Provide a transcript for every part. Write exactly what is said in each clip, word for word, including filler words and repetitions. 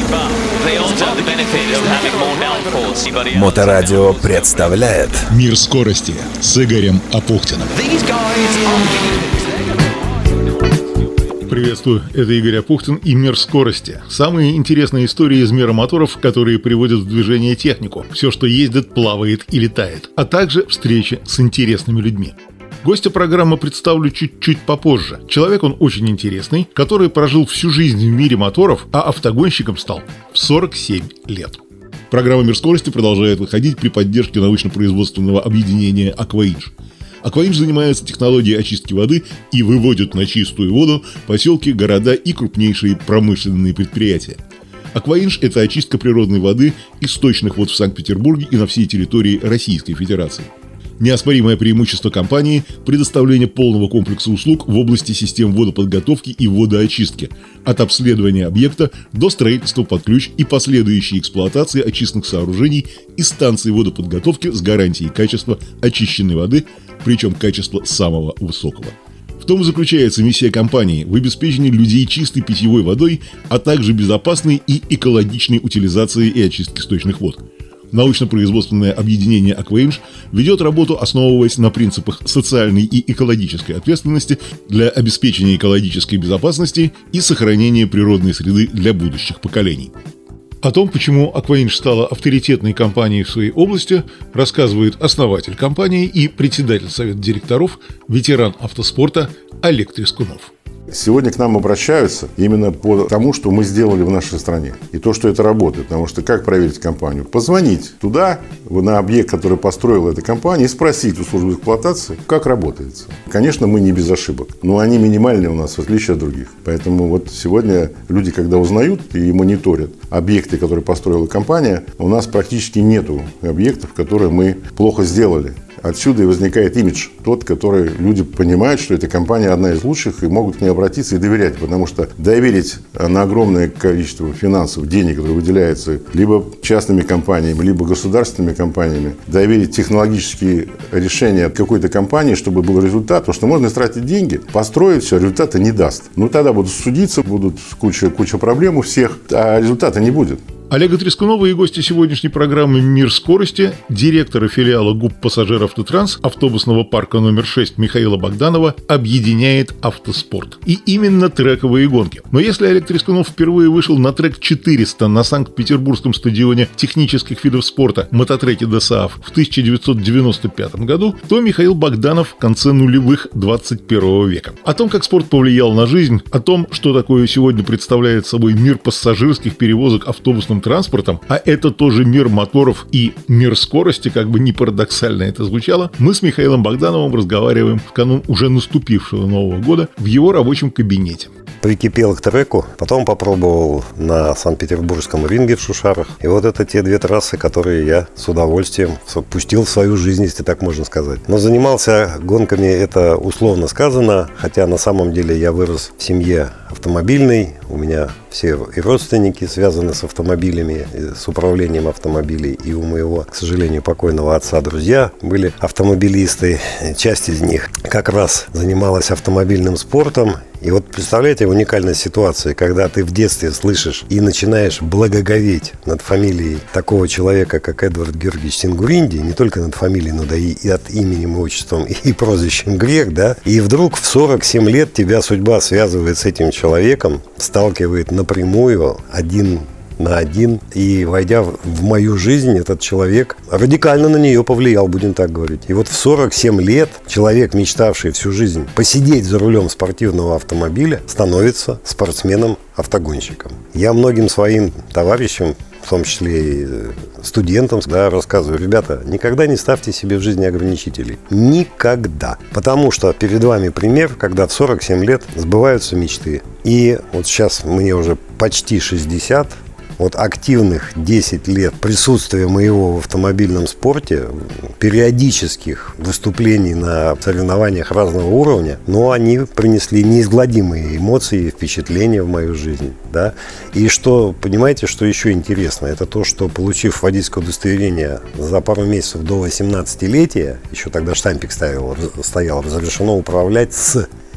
Моторадио представляет «Мир скорости» с Игорем Апухтиным. Приветствую, это Игорь Апухтин и «Мир скорости». Самые интересные истории из мира моторов, которые приводят в движение технику. Все, что ездит, плавает и летает. А также встречи с интересными людьми. Гостя программы представлю чуть-чуть попозже. Человек он очень интересный, который прожил всю жизнь в мире моторов, а автогонщиком стал в сорок семь лет. Программа «Мир скорости» продолжает выходить при поддержке научно-производственного объединения «Акваинж». «Акваинж» занимается технологией очистки воды и выводит на чистую воду поселки, города и крупнейшие промышленные предприятия. «Акваинж» — это очистка природной воды из сточных вод в Санкт-Петербурге и на всей территории Российской Федерации. Неоспоримое преимущество компании – предоставление полного комплекса услуг в области систем водоподготовки и водоочистки, от обследования объекта до строительства под ключ и последующей эксплуатации очистных сооружений и станций водоподготовки с гарантией качества очищенной воды, причем качества самого высокого. В том и заключается миссия компании – в обеспечении людей чистой питьевой водой, а также безопасной и экологичной утилизации и очистки сточных вод. Научно-производственное объединение «Акваинж» ведет работу, основываясь на принципах социальной и экологической ответственности для обеспечения экологической безопасности и сохранения природной среды для будущих поколений. О том, почему «Акваинж» стала авторитетной компанией в своей области, рассказывает основатель компании и председатель совета директоров, ветеран автоспорта Олег Трескунов. Сегодня к нам обращаются именно по тому, что мы сделали в нашей стране. И то, что это работает. Потому что как проверить компанию? Позвонить туда, на объект, который построила эта компания, и спросить у службы эксплуатации, как работает. Конечно, мы не без ошибок. Но они минимальные у нас, в отличие от других. Поэтому вот сегодня люди, когда узнают и мониторят объекты, которые построила компания, у нас практически нету объектов, которые мы плохо сделали. Отсюда и возникает имидж тот, который люди понимают, что эта компания одна из лучших и могут к ней обратиться и доверять. Потому что доверить на огромное количество финансов, денег, которые выделяются либо частными компаниями, либо государственными компаниями, доверить технологические решения от какой-то компании, чтобы был результат. Потому что можно истратить деньги, построить все, результата не даст. Ну тогда будут судиться, будут куча, куча проблем у всех, а результата не будет. Олега Трескунова и гости сегодняшней программы «Мир скорости», директора филиала ГУП «Пассажиравтотранс» автобусного парка номер шесть Михаила Богданова объединяет автоспорт. И именно трековые гонки. Но если Олег Трескунов впервые вышел на трек четыреста на Санкт-Петербургском стадионе технических видов спорта мототреке ДОСААФ в тысяча девятьсот девяносто пятом году, то Михаил Богданов в конце нулевых двадцать первого века. О том, как спорт повлиял на жизнь, о том, что такое сегодня представляет собой мир пассажирских перевозок автобусным транспортом, а это тоже мир моторов и мир скорости, как бы ни парадоксально это звучало, мы с Михаилом Богдановым разговариваем в канун уже наступившего Нового года в его рабочем кабинете. Прикипел к треку, потом попробовал на Санкт-Петербургском ринге в Шушарах. И вот это те две трассы, которые я с удовольствием пустил в свою жизнь, если так можно сказать. Но занимался гонками, это условно сказано, хотя на самом деле я вырос в семье автомобильной. У меня все и родственники связаны с автомобилями, с управлением автомобилей. И у моего, к сожалению, покойного отца друзья были автомобилисты. Часть из них как раз занималась автомобильным спортом. И вот представляете уникальность ситуации, когда ты в детстве слышишь и начинаешь благоговеть над фамилией такого человека, как Эдвард Георгиевич Сингуринди, не только над фамилией, но да и, и от именем, отчеством, и прозвищем Грек, да, и вдруг в сорок семь лет тебя судьба связывает с этим человеком, сталкивает напрямую один на один, и войдя в мою жизнь, этот человек радикально на нее повлиял, будем так говорить. И вот в сорок семь лет человек, мечтавший всю жизнь посидеть за рулем спортивного автомобиля, становится спортсменом-автогонщиком. Я многим своим товарищам, в том числе и студентам, да, рассказываю: ребята, никогда не ставьте себе в жизни ограничителей. Никогда. Потому что перед вами пример, когда в сорок семь лет сбываются мечты. И вот сейчас мне уже почти шестьдесят. Вот активных десять лет присутствия моего в автомобильном спорте, периодических выступлений на соревнованиях разного уровня, но они принесли неизгладимые эмоции и впечатления в мою жизнь. Да? И что, понимаете, что еще интересно, это то, что, получив водительское удостоверение за пару месяцев до восемнадцатилетия, еще тогда штампик ставил, стоял, разрешено управлять с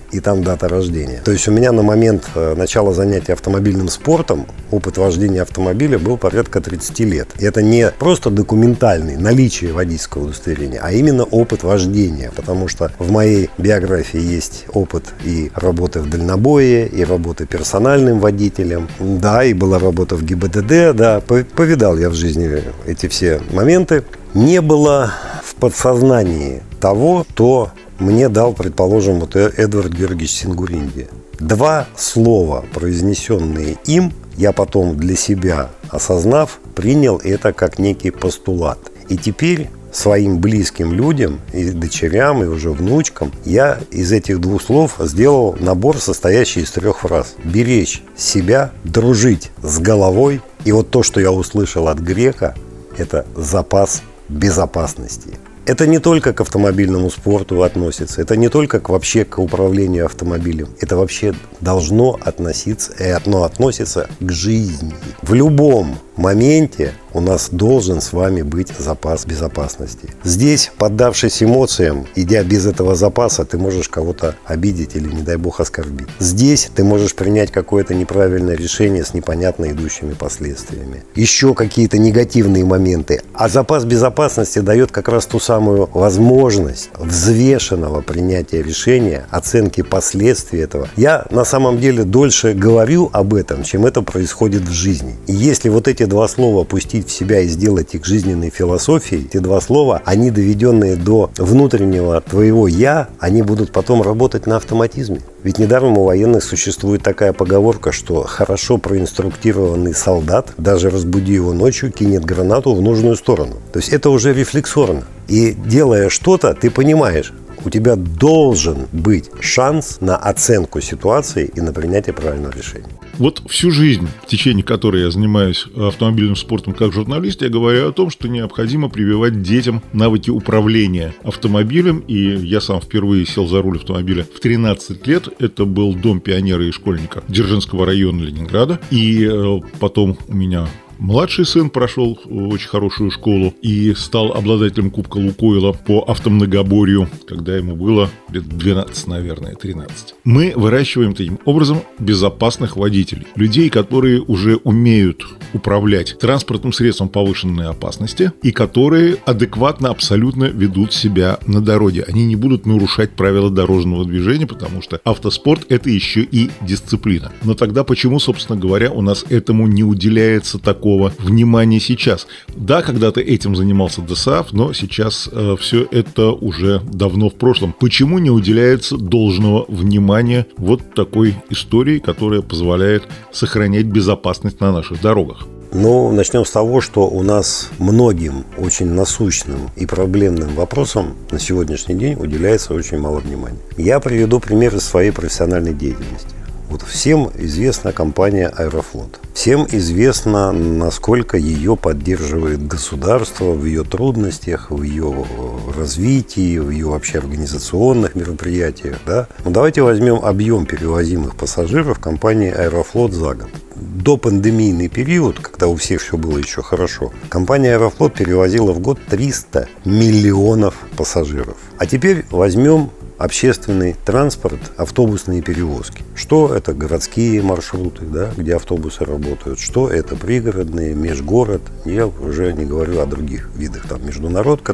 и там дата рождения. То есть у меня на момент начала занятия автомобильным спортом опыт вождения автомобиля был порядка тридцать лет. И это не просто документальный, наличие водительского удостоверения, а именно опыт вождения, потому что в моей биографии есть опыт и работы в дальнобое, и работы персональным водителем, да, и была работа в ГИБДД, да, повидал я в жизни эти все моменты. Не было в подсознании того, что мне дал, предположим, вот Эдвард Георгиевич Сингуринди. Два слова, произнесенные им, я потом для себя осознав, принял это как некий постулат. И теперь своим близким людям, и дочерям, и уже внучкам, я из этих двух слов сделал набор, состоящий из трех фраз. Беречь себя, дружить с головой. И вот то, что я услышал от Грека, это запас безопасности. Это не только к автомобильному спорту относится, это не только к, вообще к управлению автомобилем. Это вообще должно относиться, и оно относится к жизни. В любом моменте у нас должен с вами быть запас безопасности. Здесь, поддавшись эмоциям, идя без этого запаса, ты можешь кого-то обидеть или, не дай бог, оскорбить. Здесь ты можешь принять какое-то неправильное решение с непонятно идущими последствиями. Еще какие-то негативные моменты. А запас безопасности дает как раз ту самую возможность взвешенного принятия решения, оценки последствий этого. Я на самом деле дольше говорю об этом, чем это происходит в жизни. И если вот эти два слова пустить в себя и сделать их жизненной философией, эти два слова, они доведенные до внутреннего твоего «я», они будут потом работать на автоматизме. Ведь недаром у военных существует такая поговорка, что хорошо проинструктированный солдат, даже разбуди его ночью, кинет гранату в нужную сторону. То есть это уже рефлексорно. И делая что-то, ты понимаешь, у тебя должен быть шанс на оценку ситуации и на принятие правильного решения. Вот всю жизнь, в течение которой я занимаюсь автомобильным спортом как журналист, я говорю о том, что необходимо прививать детям навыки управления автомобилем. И я сам впервые сел за руль автомобиля в тринадцать лет. Это был дом пионера и школьника Дзержинского района Ленинграда. И потом у меня младший сын прошел очень хорошую школу и стал обладателем Кубка Лукойла по автомногоборью, когда ему было лет двенадцать, наверное, тринадцать. Мы выращиваем таким образом безопасных водителей, людей, которые уже умеют управлять транспортным средством повышенной опасности и которые адекватно абсолютно ведут себя на дороге. Они не будут нарушать правила дорожного движения, потому что автоспорт – это еще и дисциплина. Но тогда почему, собственно говоря, у нас этому не уделяется такого внимания сейчас? Да, когда-то этим занимался ДОСААФ, но сейчас э, все это уже давно в прошлом. Почему не уделяется должного внимания вот такой истории, которая позволяет сохранять безопасность на наших дорогах? Ну, начнем с того, что у нас многим очень насущным и проблемным вопросам на сегодняшний день уделяется очень мало внимания. Я приведу пример из своей профессиональной деятельности. Вот всем известна компания «Аэрофлот». Всем известно, насколько ее поддерживает государство в ее трудностях, в ее развитии, в ее вообще организационных мероприятиях. Да? Но давайте возьмем объем перевозимых пассажиров компании «Аэрофлот» за год. До пандемийный период, когда у всех все было еще хорошо, компания «Аэрофлот» перевозила в год триста миллионов пассажиров. А теперь возьмем общественный транспорт, автобусные перевозки. Что это городские маршруты, да, где автобусы работают, что это пригородные, межгород. Я уже не говорю о других видах, там международка,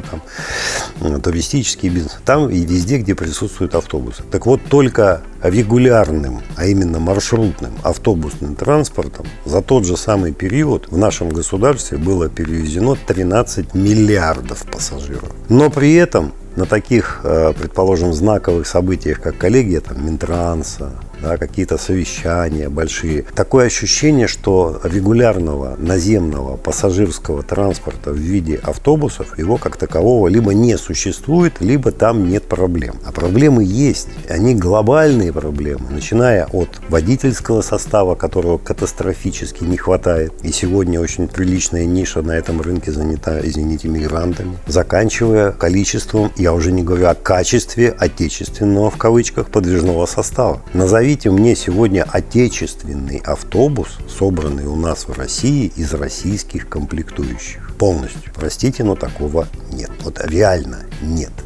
там туристический бизнес, там и везде, где присутствуют автобусы. Так вот, только регулярным, а именно маршрутным автобусным транспортом за тот же самый период в нашем государстве было перевезено тринадцать миллиардов пассажиров. Но при этом на таких, предположим, знаковых событиях, как коллегия там, Минтранса, да, какие-то совещания большие. Такое ощущение, что регулярного наземного пассажирского транспорта в виде автобусов, его как такового либо не существует, либо там нет проблем. А проблемы есть. Они глобальные проблемы, начиная от водительского состава, которого катастрофически не хватает. И сегодня очень приличная ниша на этом рынке занята, извините, мигрантами. Заканчивая количеством, я уже не говорю о качестве отечественного, в кавычках, подвижного состава. Назовите мне сегодня отечественный автобус, собранный у нас в России из российских комплектующих. Полностью. Простите, но такого нет. Вот реально нет.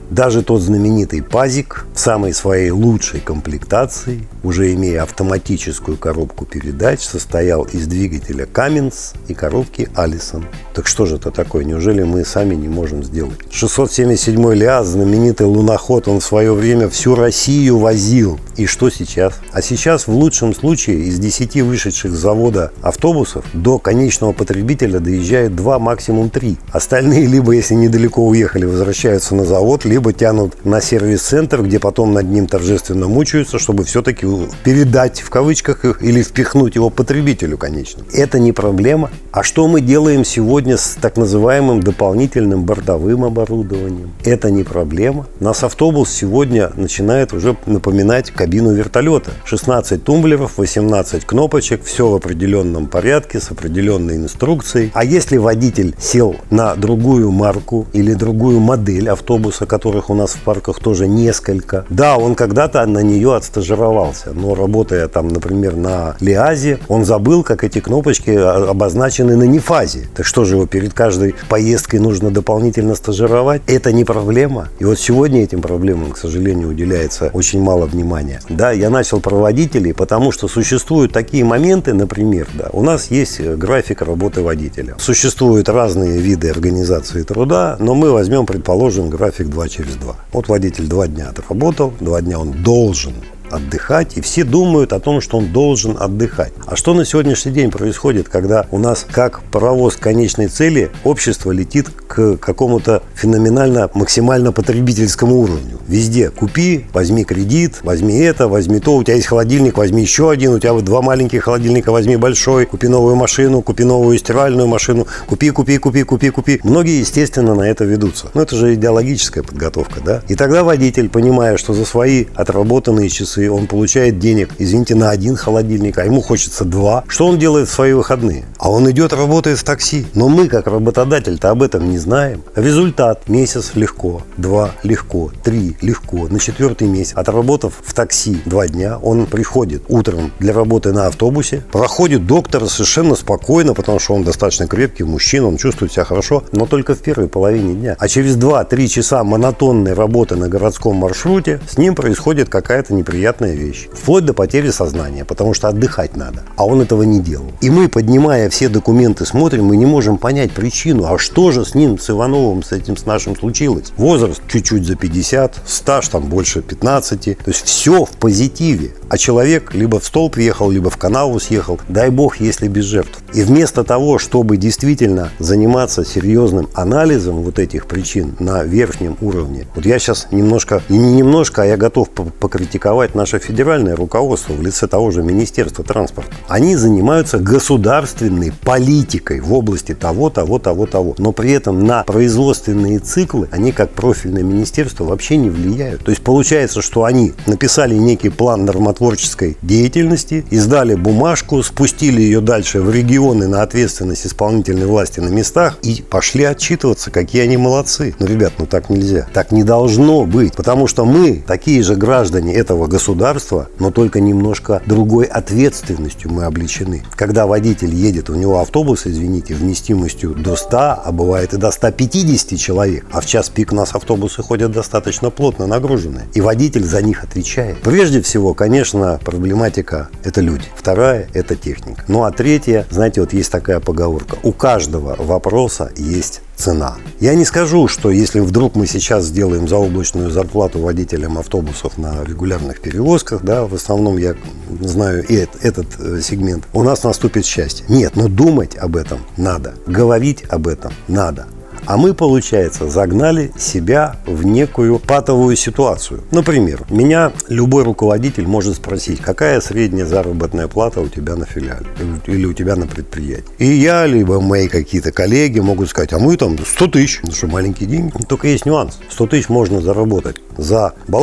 Даже тот знаменитый «Пазик» в самой своей лучшей комплектации, уже имея автоматическую коробку передач, состоял из двигателя Cummins и коробки Allison. Так что же это такое? Неужели мы сами не можем сделать? шестьсот семьдесят седьмой ЛиАЗ, знаменитый луноход, он в свое время всю Россию возил. И что сейчас? А сейчас в лучшем случае из десяти вышедших с завода автобусов до конечного потребителя доезжают два, максимум три. Остальные либо, если недалеко уехали, возвращаются на завод, либо тянут на сервис-центр, где потом над ним торжественно мучаются, чтобы все-таки передать, в кавычках, их или впихнуть его потребителю конечному. Это не проблема. А что мы делаем сегодня с так называемым дополнительным бортовым оборудованием? Это не проблема. Нас автобус сегодня начинает уже напоминать кабину вертолета. шестнадцать тумблеров, восемнадцать кнопочек, все в определенном порядке, с определенной инструкцией. А если водитель сел на другую марку или другую модель автобуса, которых у нас в парках тоже несколько, да, он когда-то на нее отстажировался, но работая там, например, на ЛиАЗе, он забыл, как эти кнопочки обозначены на нефазе. Так что же его перед каждой поездкой нужно дополнительно стажировать? Это не проблема. И вот сегодня этим проблемам, к сожалению, уделяется очень мало внимания. Да, я начал про водителей, потому что существуют такие моменты, например, да, у нас есть график работы водителя. Существуют разные виды организации труда, но мы возьмем, предположим, график два через два. Вот водитель два дня отработал, два дня он должен отдыхать, и все думают о том, что он должен отдыхать. А что на сегодняшний день происходит, когда у нас, как паровоз к конечной цели, общество летит к какому-то феноменально максимально потребительскому уровню? Везде купи, возьми кредит, возьми это, возьми то, у тебя есть холодильник, возьми еще один, у тебя вот два маленьких холодильника, возьми большой, купи новую машину, купи новую стиральную машину, купи, купи, купи, купи, купи. Многие, естественно, на это ведутся. Но это же идеологическая подготовка, да? И тогда водитель, понимая, что за свои отработанные часы он получает денег, извините, на один холодильник, а ему хочется два. Что он делает в свои выходные? А он идет, работает в такси. Но мы, как работодатель-то, об этом не знаем. Результат: месяц легко, два легко, три легко. На четвертый месяц, отработав в такси два дня, он приходит утром для работы на автобусе, проходит доктора совершенно спокойно, потому что он достаточно крепкий мужчина, он чувствует себя хорошо, но только в первой половине дня. А через два-три часа монотонной работы на городском маршруте с ним происходит какая-то неприятная вещь. Вплоть до потери сознания, потому что отдыхать надо. А он этого не делал. И мы, поднимая все документы, смотрим, мы не можем понять причину. А что же с ним, с Ивановым, с этим, с нашим случилось? Возраст чуть-чуть за пятьдесят, стаж там больше пятнадцати. То есть все в позитиве. А человек либо в столб въехал, либо в канаву съехал. Дай бог, если без жертв. И вместо того, чтобы действительно заниматься серьезным анализом вот этих причин на верхнем уровне, вот я сейчас немножко, и не немножко, а я готов покритиковать наше федеральное руководство в лице того же Министерства транспорта. Они занимаются государственной политикой в области того, того, того, того. Но при этом на производственные циклы они, как профильное министерство, вообще не влияют. То есть получается, что они написали некий план нормотворческой деятельности, издали бумажку, спустили ее дальше в регионы на ответственность исполнительной власти на местах и пошли отчитываться, какие они молодцы. Ну, ребят, ну так нельзя. Так не должно быть. Потому что мы, такие же граждане этого государства, государства, но только немножко другой ответственностью мы облечены. Когда водитель едет, у него автобус, извините, вместимостью до ста, а бывает и до ста пятидесяти человек, а в час пик у нас автобусы ходят достаточно плотно нагруженные, и водитель за них отвечает. Прежде всего, конечно, проблематика – это люди. Вторая – это техника. Ну а третья, знаете, вот есть такая поговорка: у каждого вопроса есть цена. Я не скажу, что если вдруг мы сейчас сделаем заоблачную зарплату водителям автобусов на регулярных перевозках, да, в основном я знаю и этот сегмент, у нас наступит счастье. Нет, но думать об этом надо, говорить об этом надо. А мы, получается, загнали себя в некую патовую ситуацию. Например, меня любой руководитель может спросить, какая средняя заработная плата у тебя на филиале или у тебя на предприятии. И я, либо мои какие-то коллеги могут сказать, а мы там сто тысяч. Ну что, маленькие деньги? Только есть нюанс. сто тысяч можно заработать за баланс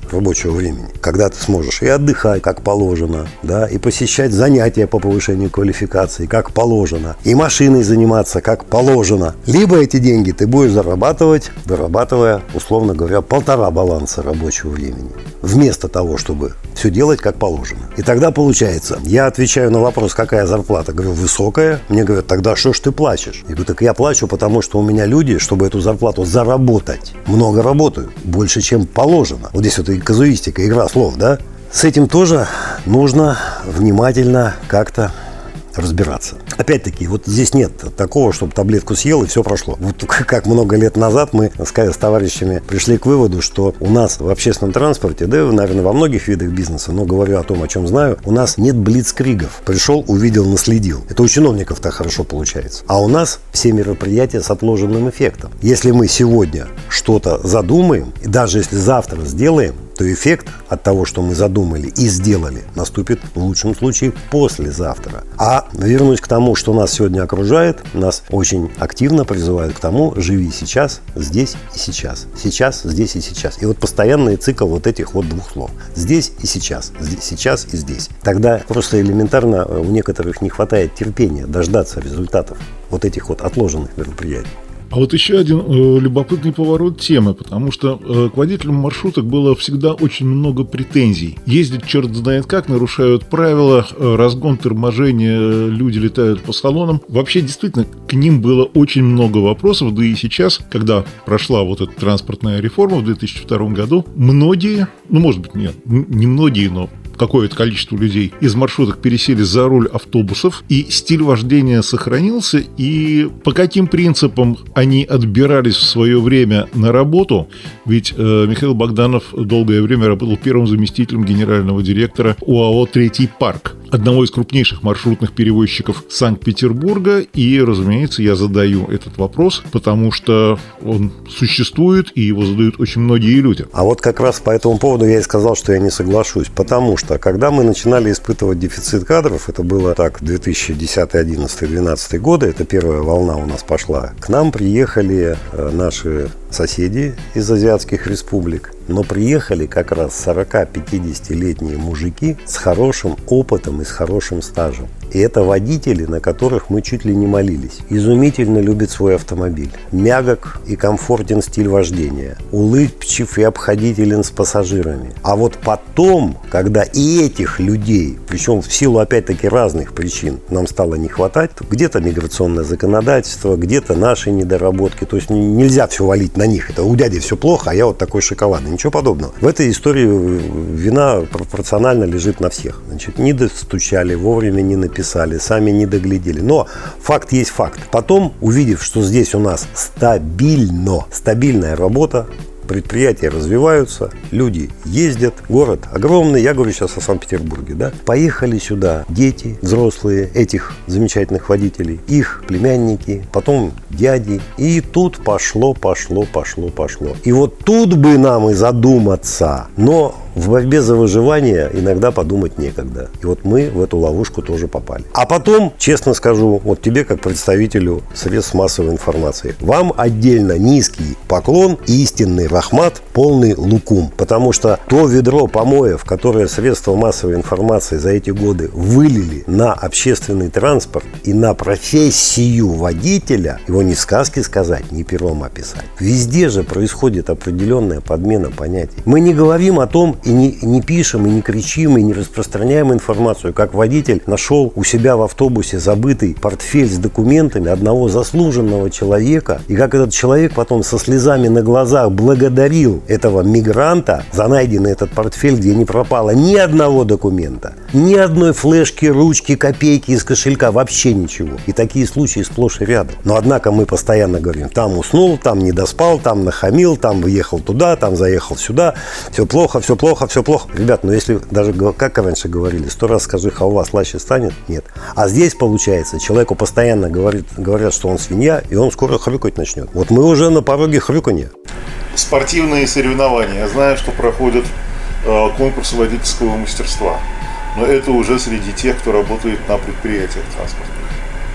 рабочего времени, когда ты сможешь и отдыхать, как положено, да, и посещать занятия по повышению квалификации, как положено, и машиной заниматься, как положено. Либо эти деньги ты будешь зарабатывать, вырабатывая, условно говоря, полтора баланса рабочего времени, вместо того, чтобы все делать как положено. И тогда получается, я отвечаю на вопрос, какая зарплата, говорю, высокая. Мне говорят, тогда что ж ты плачешь? Я говорю, так я плачу, потому что у меня люди, чтобы эту зарплату заработать, много работают, больше, чем положено. Вот здесь вот и казуистика, игра слов, да? С этим тоже нужно внимательно как-то разбираться. Опять-таки, вот здесь нет такого, чтобы таблетку съел и все прошло. Вот как много лет назад мы с товарищами пришли к выводу, что у нас в общественном транспорте, да, наверное, во многих видах бизнеса, но говорю о том, о чем знаю, у нас нет блицкригов. Пришел, увидел, наследил. Это у чиновников так хорошо получается. А у нас все мероприятия с отложенным эффектом. Если мы сегодня что-то задумаем, и даже если завтра сделаем, то эффект от того, что мы задумали и сделали, наступит в лучшем случае послезавтра. А вернусь к тому, что нас сегодня окружает, нас очень активно призывают к тому: живи сейчас, здесь и сейчас. Сейчас, здесь и сейчас. И вот постоянный цикл вот этих вот двух слов. Здесь и сейчас. Здесь, сейчас и здесь. Тогда просто элементарно у некоторых не хватает терпения дождаться результатов вот этих вот отложенных мероприятий. А вот еще один э, любопытный поворот темы, потому что э, к водителям маршруток было всегда очень много претензий. Ездят черт знает как, нарушают правила, э, разгон, торможение, э, люди летают по салонам. Вообще, действительно, к ним было очень много вопросов, да и сейчас, когда прошла вот эта транспортная реформа в две тысячи втором году, многие, ну, может быть, нет, не многие, но какое-то количество людей из маршруток пересели за руль автобусов, и стиль вождения сохранился. И по каким принципам они отбирались в свое время на работу? Ведь э, Михаил Богданов долгое время работал первым заместителем генерального директора ОАО «Третий парк», одного из крупнейших маршрутных перевозчиков Санкт-Петербурга. И, разумеется, я задаю этот вопрос, потому что он существует, и его задают очень многие люди. А вот как раз по этому поводу я и сказал, что я не соглашусь, потому что когда мы начинали испытывать дефицит кадров, это было так две тысячи десятый, одиннадцатый, двенадцатый годы, это первая волна у нас пошла, к нам приехали наши соседи из азиатских республик, но приехали как раз сорок-пятидесятилетние мужики с хорошим опытом и с хорошим стажем. И это водители, на которых мы чуть ли не молились. Изумительно любят свой автомобиль. Мягок и комфортен стиль вождения. Улыбчив и обходителен с пассажирами. А вот потом, когда и этих людей, причем в силу опять-таки разных причин, нам стало не хватать, где-то миграционное законодательство, где-то наши недоработки. То есть нельзя все валить на них. Это у дяди все плохо, а я вот такой шоколадный. Ничего подобного. В этой истории вина пропорционально лежит на всех. Значит, не достучали, вовремя не написали, сами не доглядели. Но факт есть факт. Потом, увидев, что здесь у нас стабильно, стабильная работа, предприятия развиваются, люди ездят, город огромный, я говорю сейчас о Санкт-Петербурге, да, поехали сюда дети, взрослые этих замечательных водителей, их племянники, потом дяди, и тут пошло, пошло, пошло, пошло. И вот тут бы нам и задуматься, но в борьбе за выживание иногда подумать некогда. И вот мы в эту ловушку тоже попали. А потом, честно скажу, вот тебе, как представителю средств массовой информации, вам отдельно низкий поклон и истинный рахмат, полный лукум. Потому что то ведро помоев, которое средства массовой информации за эти годы вылили на общественный транспорт и на профессию водителя, его ни сказки сказать, ни пером описать. Везде же происходит определенная подмена понятий. Мы не говорим о том, и не, не пишем, и не кричим, и не распространяем информацию, как водитель нашел у себя в автобусе забытый портфель с документами одного заслуженного человека, и как этот человек потом со слезами на глазах благодарил этого мигранта за найденный этот портфель, где не пропало ни одного документа, ни одной флешки, ручки, копейки из кошелька, вообще ничего. И такие случаи сплошь и рядом. Но однако мы постоянно говорим, там уснул, там не доспал, там нахамил, там выехал туда, там заехал сюда, все плохо, все плохо. Все плохо. Ребят, ну если даже, как раньше говорили, сто раз скажи халва, слаще станет, нет. А здесь, получается, человеку постоянно говорит, говорят, что он свинья, и он скоро хрюкать начнет. Вот мы уже на пороге хрюканья. Спортивные соревнования. Я знаю, что проходят э, конкурсы водительского мастерства. Но это уже среди тех, кто работает на предприятиях транспортных.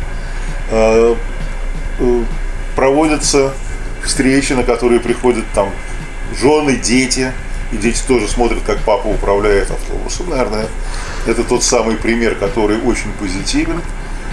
Э, э, проводятся встречи, на которые приходят там жены, дети, и дети тоже смотрят, как папа управляет автобусом. Наверное, это тот самый пример, который очень позитивен.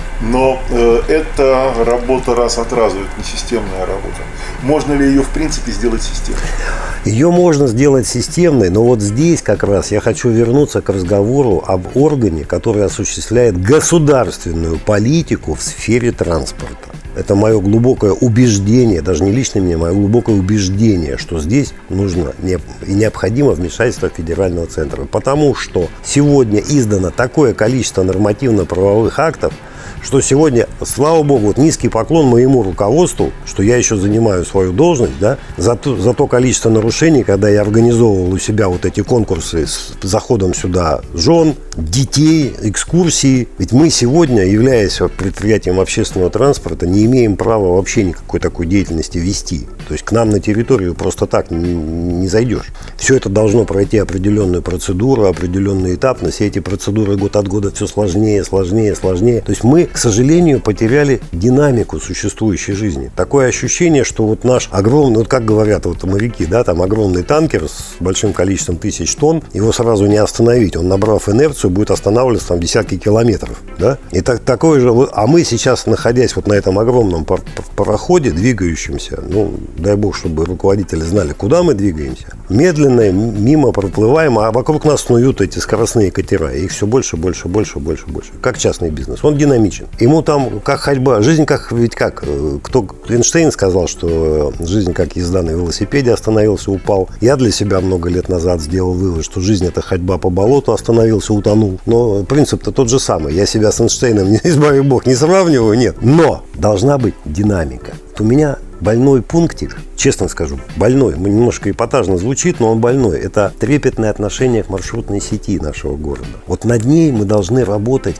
Но э, это работа раз от разу, это не системная работа. Можно ли ее в принципе сделать системной? Ее можно сделать системной, но вот здесь как раз я хочу вернуться к разговору об органе, который осуществляет государственную политику в сфере транспорта. Это мое глубокое убеждение, даже не лично мне, мое глубокое убеждение, что здесь нужно и необходимо вмешательство федерального центра. Потому что сегодня издано такое количество нормативно-правовых актов, что сегодня, слава богу, вот низкий поклон моему руководству, что я еще занимаю свою должность, да, за то, за то количество нарушений, когда я организовывал у себя вот эти конкурсы с заходом сюда жен, детей, экскурсии. Ведь мы сегодня, являясь предприятием общественного транспорта, не имеем права вообще никакой такой деятельности вести. То есть к нам на территорию просто так не, не зайдешь. Все это должно пройти определенную процедуру, определенный этап. Но все эти процедуры год от года все сложнее, сложнее, сложнее. То есть мы, к сожалению, потеряли динамику существующей жизни. Такое ощущение, что вот наш огромный, вот как говорят вот моряки, да, там огромный танкер с большим количеством тысяч тонн, его сразу не остановить. Он, набрав инерцию, будет останавливаться там десятки километров, да. И так, такое же, а мы сейчас, находясь вот на этом огромном пар- пароходе, двигающемся, ну, дай бог, чтобы руководители знали, куда мы двигаемся, медленно мимо проплываем, а вокруг нас снуют эти скоростные катера, и их все больше, больше, больше, больше, больше. Как частный бизнес. Он динамичен. Ему там как ходьба, жизнь как, ведь как, кто, Эйнштейн сказал, что жизнь как езда на велосипеде, остановился, упал. Я для себя много лет назад сделал вывод, что жизнь это ходьба по болоту, остановился, утонул. Но принцип-то тот же самый. Я себя с Эйнштейном, не избави бог, не сравниваю, нет. Но должна быть динамика. Вот у меня больной пунктик, честно скажу, больной, немножко эпатажно звучит, но он больной. Это трепетное отношение к маршрутной сети нашего города. Вот над ней мы должны работать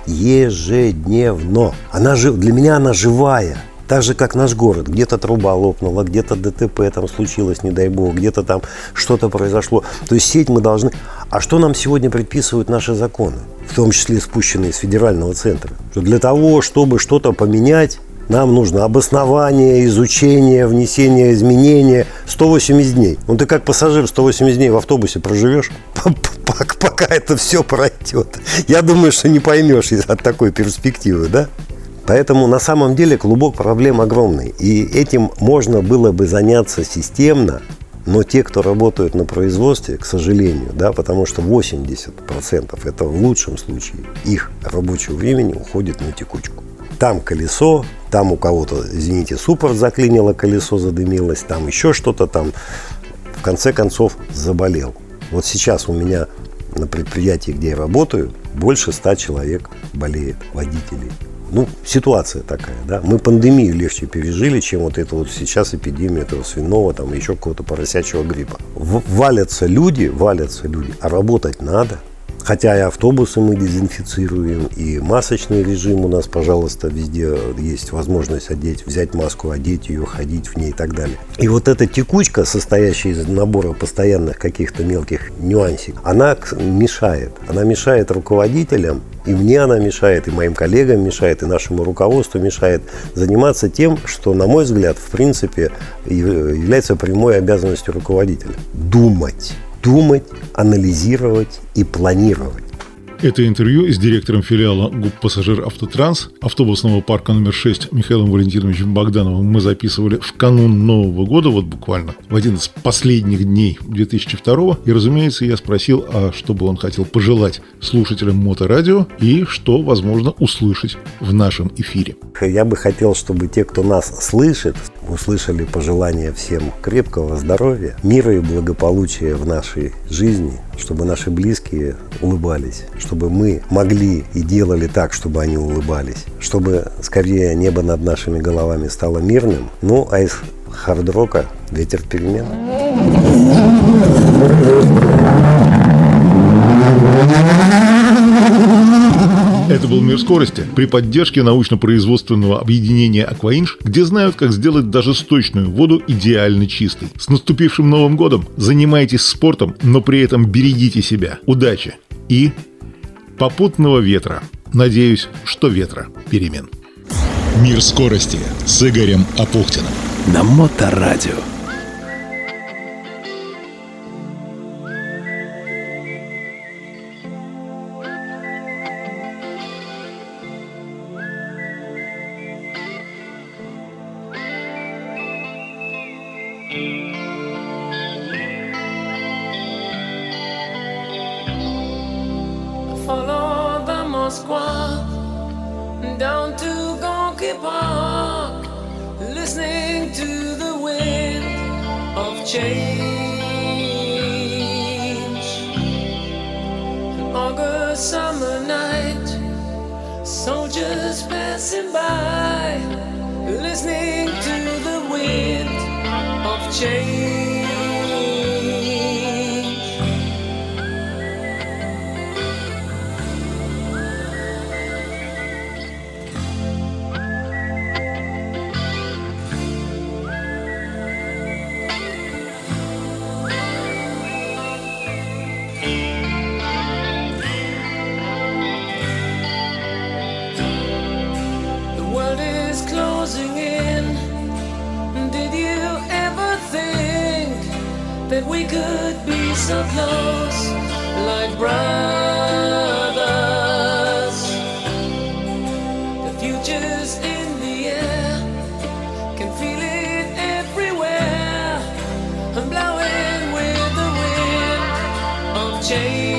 ежедневно. Она жив... Для меня она живая. Так же, как наш город. Где-то труба лопнула, где-то ДТП там случилось, не дай бог, где-то там что-то произошло. То есть сеть мы должны... А что нам сегодня предписывают наши законы? В том числе спущенные с федерального центра. Что для того, чтобы что-то поменять, нам нужно обоснование, изучение, внесение изменения. сто восемьдесят дней. Ну, ты как пассажир сто восемьдесят дней в автобусе проживешь, пока это все пройдет. Я думаю, что не поймешь от такой перспективы, да? Поэтому на самом деле клубок проблем огромный. И этим можно было бы заняться системно, но те, кто работают на производстве, к сожалению, да, потому что восемьдесят процентов это в лучшем случае их рабочего времени уходит на текучку. Там колесо, там у кого-то, извините, суппорт заклинило, колесо задымилось, там еще что-то там. В конце концов заболел. Вот сейчас у меня на предприятии, где я работаю, больше ста человек болеет, водителей. Ну, ситуация такая, да. Мы пандемию легче пережили, чем вот эту вот сейчас эпидемию этого свиного, там, еще какого-то поросячьего гриппа. В- валятся люди, валятся люди, а работать надо. Хотя и автобусы мы дезинфицируем, и масочный режим у нас, пожалуйста, везде есть возможность одеть, взять маску, одеть ее, ходить в ней и так далее. И вот эта текучка, состоящая из набора постоянных каких-то мелких нюансиков, она мешает. Она мешает руководителям, и мне она мешает, и моим коллегам мешает, и нашему руководству мешает заниматься тем, что, на мой взгляд, в принципе, является прямой обязанностью руководителя. Думать. Думать, анализировать и планировать. Это интервью с директором филиала ГУП «Пассажир Автотранс» автобусного парка номер шесть Михаилом Валентиновичем Богдановым мы записывали в канун Нового года, вот буквально в один из последних дней две тысячи второго. И, разумеется, я спросил, а что бы он хотел пожелать слушателям Моторадио и что, возможно, услышать в нашем эфире. Я бы хотел, чтобы те, кто нас слышит, услышали пожелания всем крепкого здоровья, мира и благополучия в нашей жизни, чтобы наши близкие улыбались, чтобы мы могли и делали так, чтобы они улыбались, чтобы скорее небо над нашими головами стало мирным. Ну, а из хард-рока ветер перемен. Это был «Мир скорости» при поддержке научно-производственного объединения «Акваинж», где знают, как сделать даже сточную воду идеально чистой. С наступившим Новым годом! Занимайтесь спортом, но при этом берегите себя. Удачи! И попутного ветра. Надеюсь, что ветра перемен. «Мир скорости» с Игорем Апухтиным на Моторадио. down to Gonky Park, listening to the wind of change. An August summer night, soldiers passing by, listening to the wind of change. That we could be so close, like brothers. The future's in the air, can feel it everywhere. I'm blowing with the wind of change.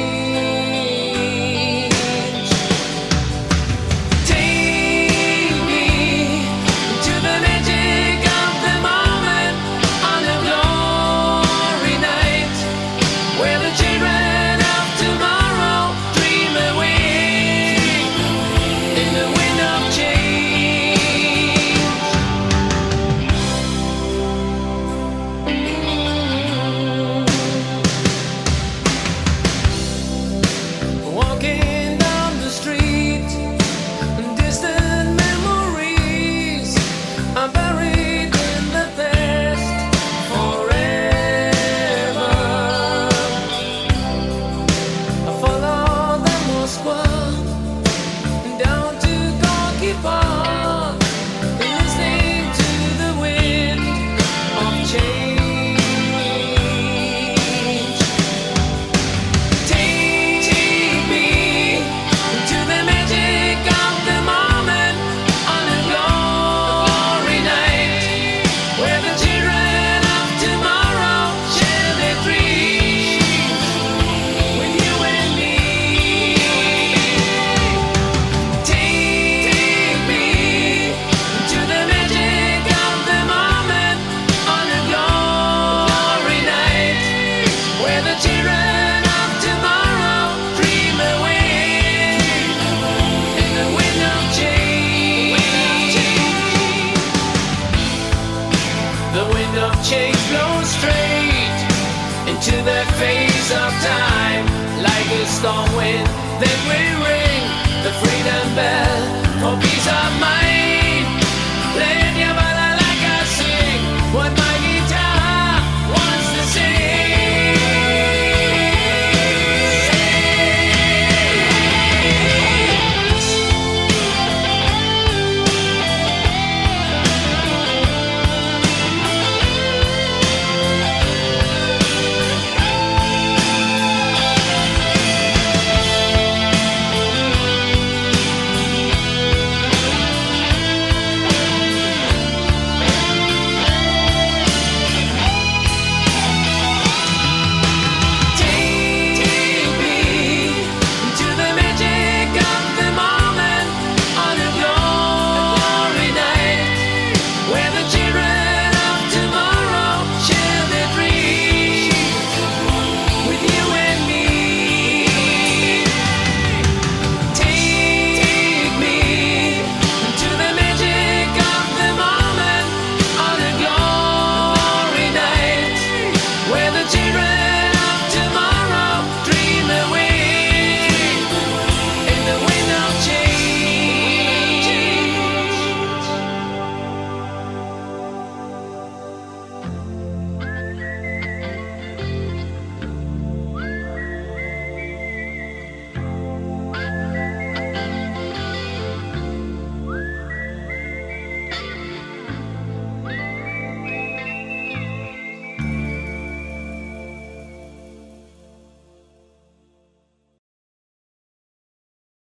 Take me to the magic of the moment on a glory night, where the children of tomorrow dream away in the wind of change. Walking down the street, distant memories are buried in the past forever. I follow the Moskva down to Gonky Park, listening to the wind of change. Take me to the magic of the moment on a glory night, where the children of tomorrow share their dreams with you and me. Take me to the magic of the moment on a glory night, where the children of tomorrow dream away in the wind of change. The wind of change blows straight into the face of time, like a storm wind. Then we ring the freedom bell for peace of mind.